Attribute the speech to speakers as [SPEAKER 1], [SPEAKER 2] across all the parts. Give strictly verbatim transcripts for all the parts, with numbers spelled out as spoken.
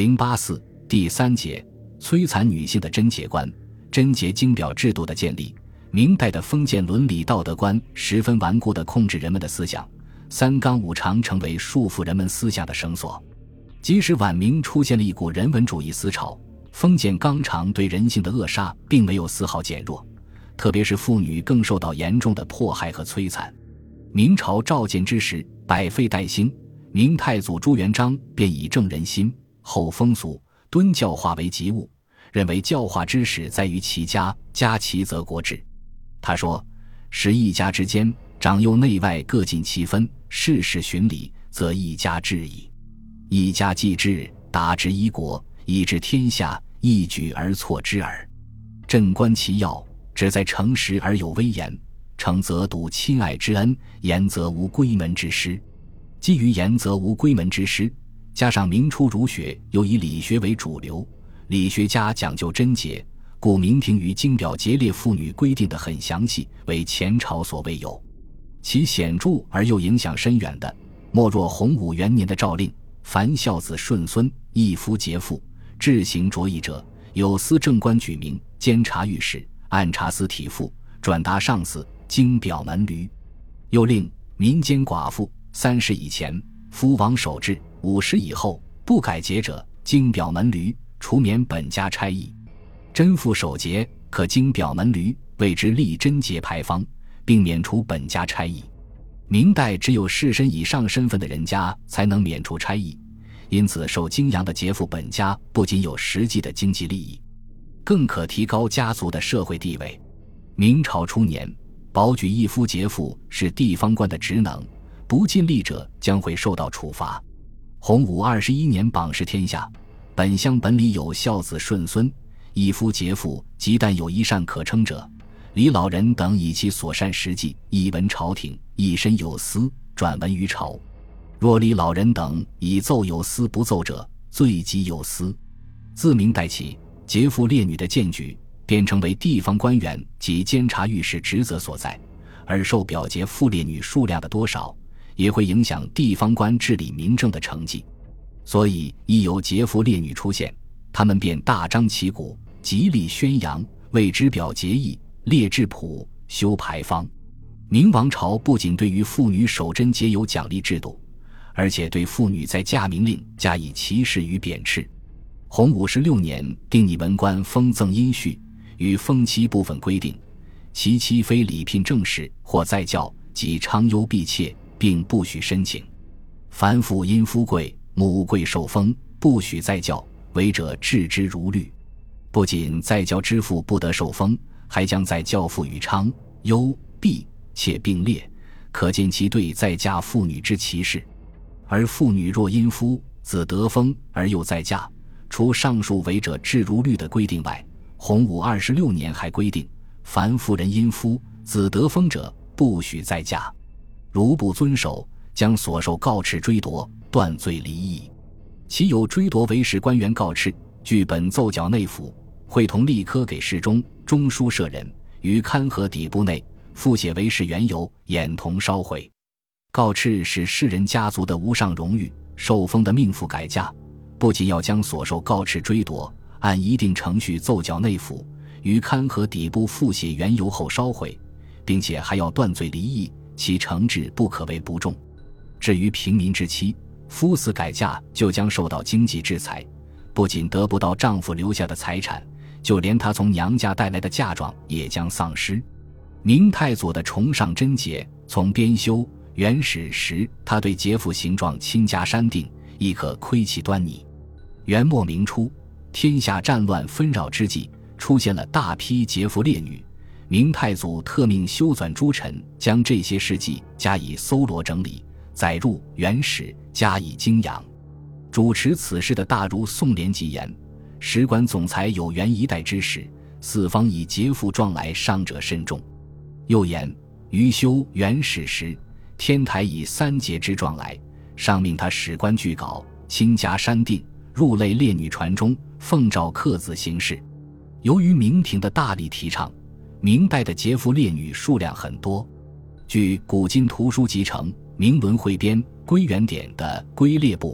[SPEAKER 1] 零八四第三节，摧残女性的贞洁观。贞洁经表制度的建立。明代的封建伦理道德观十分顽固地控制人们的思想，三纲五常成为束缚人们思想的绳索。即使晚明出现了一股人文主义思潮，封建纲常对人性的扼杀并没有丝毫减弱，特别是妇女更受到严重的迫害和摧残。明朝赵建之时，百废待兴，明太祖朱元璋便以正人心、厚风俗、敦教化为己务，认为教化之始在于其家，家齐则国治。他说，使一家之间，长幼内外各尽其分，事事循理，则一家治矣。一家既治，达之一国，以治天下，一举而错之耳。朕观其要，只在诚实而有威严，诚则笃亲爱之恩，严则无闺门之失。基于严则无闺门之失，加上明初儒学又以理学为主流，理学家讲究贞洁，故明廷于经表节列妇女规定得很详细，为前朝所未有。其显著而又影响深远的，莫若洪武元年的诏令：凡孝子顺孙、一夫节妇、治行着役者，有司正官举名，监察御史，按察司体副，转达上司，经表门闾。又令民间寡妇三十以前，夫王守制；五十以后，不改节者，经表门闾，除免本家差役。贞妇守节，可经表门闾，谓之立贞节牌坊，并免除本家差役。明代只有士绅以上身份的人家才能免除差役，因此受经阳的节妇本家不仅有实际的经济利益，更可提高家族的社会地位。明朝初年，保举一夫节妇是地方官的职能，不尽力者将会受到处罚。洪武二十一年榜示天下，本乡本里有孝子顺孙、一夫节妇，即但有一善可称者，李老人等以其所善实际，一闻朝廷，一身有司，转闻于朝。若李老人等以奏有司不奏者，罪即有司。自明代起，节妇烈女的荐举便成为地方官员及监察御史职责所在，而受表节妇烈女数量的多少，也会影响地方官治理民政的成绩。所以一有节妇烈女出现，他们便大张旗鼓，极力宣扬，为之表节义，列制谱，修牌坊。明王朝不仅对于妇女守贞节有奖励制度，而且对妇女在嫁明令加以歧视与贬斥。洪武十六年定拟文官封赠姻序与封妻部分规定，其妻非礼聘正室或在教即昌优婢妾，并不许申请。凡妇因夫贵、母贵受封，不许在教，违者治之如律。不仅在教之妇不得受封，还将在教妇与昌、优、婢、妾并列，可见其对在家妇女之歧视。而妇女若因夫子得封而又在嫁，除上述违者治如律的规定外，洪武二十六年还规定，凡妇人因夫子得封者，不许再嫁。如不遵守，将所受告敕追夺，断罪离义。其有追夺为使官员告敕，据本奏缴内府，会同立科给事中，中书舍人，于刊盒底部内复写为使缘由，眼同烧毁。告敕是士人家族的无上荣誉，受封的命妇改嫁，不仅要将所受告敕追夺，按一定程序奏缴内府，于刊盒底部复写缘由后烧毁，并且还要断罪离义，其惩治不可谓不重。至于平民之妻，夫死改嫁就将受到经济制裁，不仅得不到丈夫留下的财产，就连她从娘家带来的嫁妆也将丧失。明太祖的崇尚贞洁，从编修元始时他对节妇形状亲加删定，亦可窥其端倪。元末明初，天下战乱纷扰之际，出现了大批节妇烈女，明太祖特命修纂诸臣将这些事迹加以搜罗整理，载入元始，加以精养。主持此事的大儒宋濂极言，使馆总裁有元一代之时，四方以节妇状来上者甚众。又言于修元始时，天台以三节之状来，上命他史官具稿，亲加删定，入类烈女传中，奉诏刻字行事。由于明廷的大力提倡，明代的节妇烈女数量很多。据古今图书集成、明伦汇编、归元典的归列部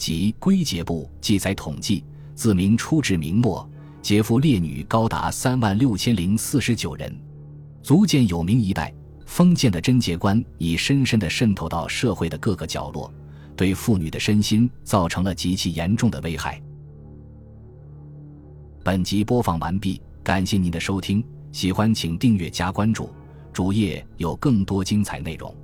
[SPEAKER 1] 及《归节部》记载统计，自明初至明末，劫富烈女高达三万六千零四十九人，足见有明一代封建的贞节观已深深地渗透到社会的各个角落，对妇女的身心造成了极其严重的危害。本集播放完毕，感谢您的收听，喜欢请订阅加关注，主页有更多精彩内容。